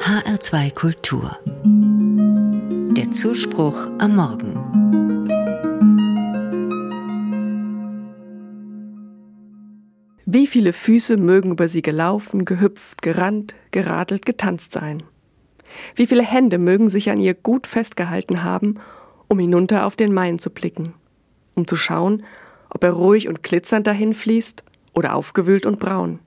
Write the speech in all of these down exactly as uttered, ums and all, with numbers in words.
H R zwei Kultur. Der Zuspruch am Morgen. Wie viele Füße mögen über sie gelaufen, gehüpft, gerannt, geradelt, getanzt sein? Wie viele Hände mögen sich an ihr gut festgehalten haben, um hinunter auf den Main zu blicken, um zu schauen, ob er ruhig und glitzernd dahin fließt oder aufgewühlt und braun,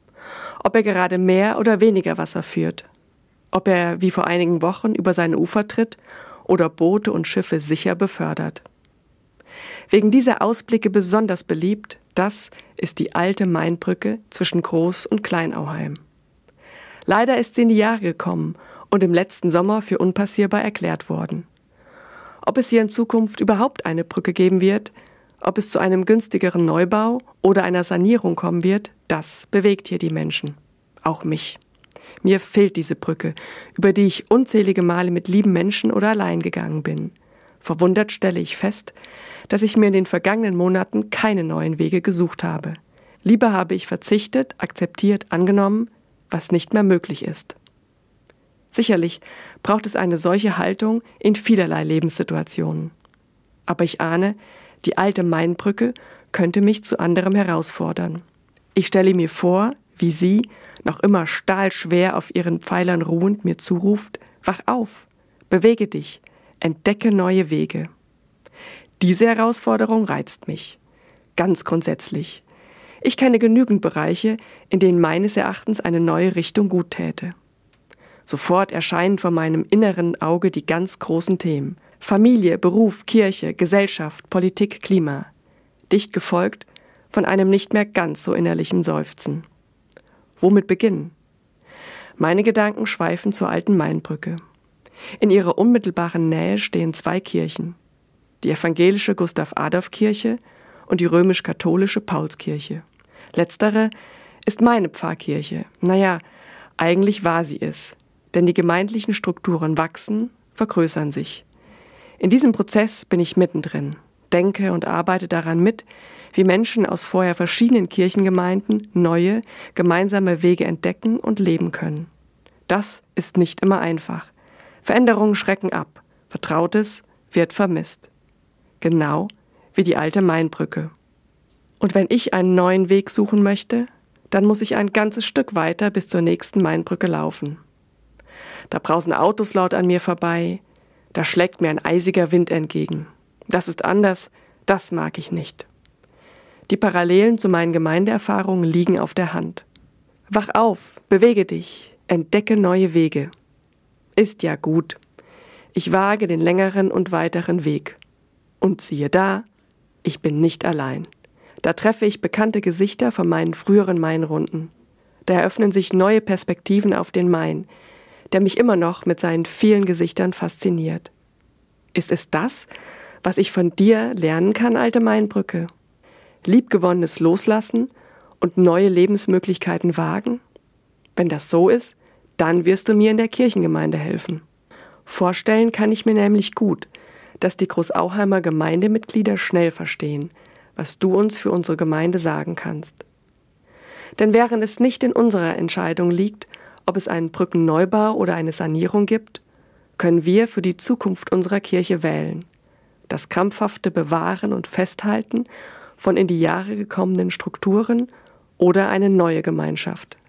ob er gerade mehr oder weniger Wasser führt, ob er wie vor einigen Wochen über seine Ufer tritt oder Boote und Schiffe sicher befördert. Wegen dieser Ausblicke besonders beliebt, das ist die alte Mainbrücke zwischen Groß- und Kleinauheim. Leider ist sie in die Jahre gekommen und im letzten Sommer für unpassierbar erklärt worden. Ob es hier in Zukunft überhaupt eine Brücke geben wird, ob es zu einem günstigeren Neubau oder einer Sanierung kommen wird, das bewegt hier die Menschen. Auch mich. Mir fehlt diese Brücke, über die ich unzählige Male mit lieben Menschen oder allein gegangen bin. Verwundert stelle ich fest, dass ich mir in den vergangenen Monaten keine neuen Wege gesucht habe. Lieber habe ich verzichtet, akzeptiert, angenommen, was nicht mehr möglich ist. Sicherlich braucht es eine solche Haltung in vielerlei Lebenssituationen. Aber ich ahne, die alte Mainbrücke könnte mich zu anderem herausfordern. Ich stelle mir vor, wie sie, noch immer stahlschwer auf ihren Pfeilern ruhend, mir zuruft: Wach auf, bewege dich, entdecke neue Wege. Diese Herausforderung reizt mich. Ganz grundsätzlich. Ich kenne genügend Bereiche, in denen meines Erachtens eine neue Richtung gut täte. Sofort erscheinen vor meinem inneren Auge die ganz großen Themen: Familie, Beruf, Kirche, Gesellschaft, Politik, Klima. Dicht gefolgt von einem nicht mehr ganz so innerlichen Seufzen. Womit beginnen? Meine Gedanken schweifen zur alten Mainbrücke. In ihrer unmittelbaren Nähe stehen zwei Kirchen: die evangelische Gustav-Adolf-Kirche und die römisch-katholische Paulskirche. Letztere ist meine Pfarrkirche. Naja, eigentlich war sie es, denn die gemeindlichen Strukturen wachsen, vergrößern sich. In diesem Prozess bin ich mittendrin, denke und arbeite daran mit, wie Menschen aus vorher verschiedenen Kirchengemeinden neue, gemeinsame Wege entdecken und leben können. Das ist nicht immer einfach. Veränderungen schrecken ab, Vertrautes wird vermisst. Genau wie die alte Mainbrücke. Und wenn ich einen neuen Weg suchen möchte, dann muss ich ein ganzes Stück weiter bis zur nächsten Mainbrücke laufen. Da brausen Autos laut an mir vorbei, da schlägt mir ein eisiger Wind entgegen. Das ist anders, das mag ich nicht. Die Parallelen zu meinen Gemeindeerfahrungen liegen auf der Hand. Wach auf, bewege dich, entdecke neue Wege. Ist ja gut. Ich wage den längeren und weiteren Weg. Und siehe da, ich bin nicht allein. Da treffe ich bekannte Gesichter von meinen früheren Mainrunden. Da eröffnen sich neue Perspektiven auf den Main, der mich immer noch mit seinen vielen Gesichtern fasziniert. Ist es das, was ich von dir lernen kann, alte Mainbrücke? Liebgewonnenes Loslassen und neue Lebensmöglichkeiten wagen? Wenn das so ist, dann wirst du mir in der Kirchengemeinde helfen. Vorstellen kann ich mir nämlich gut, dass die Großauheimer Gemeindemitglieder schnell verstehen, was du uns für unsere Gemeinde sagen kannst. Denn während es nicht in unserer Entscheidung liegt, ob es einen Brückenneubau oder eine Sanierung gibt, können wir für die Zukunft unserer Kirche wählen. Das krampfhafte Bewahren und Festhalten von in die Jahre gekommenen Strukturen oder eine neue Gemeinschaft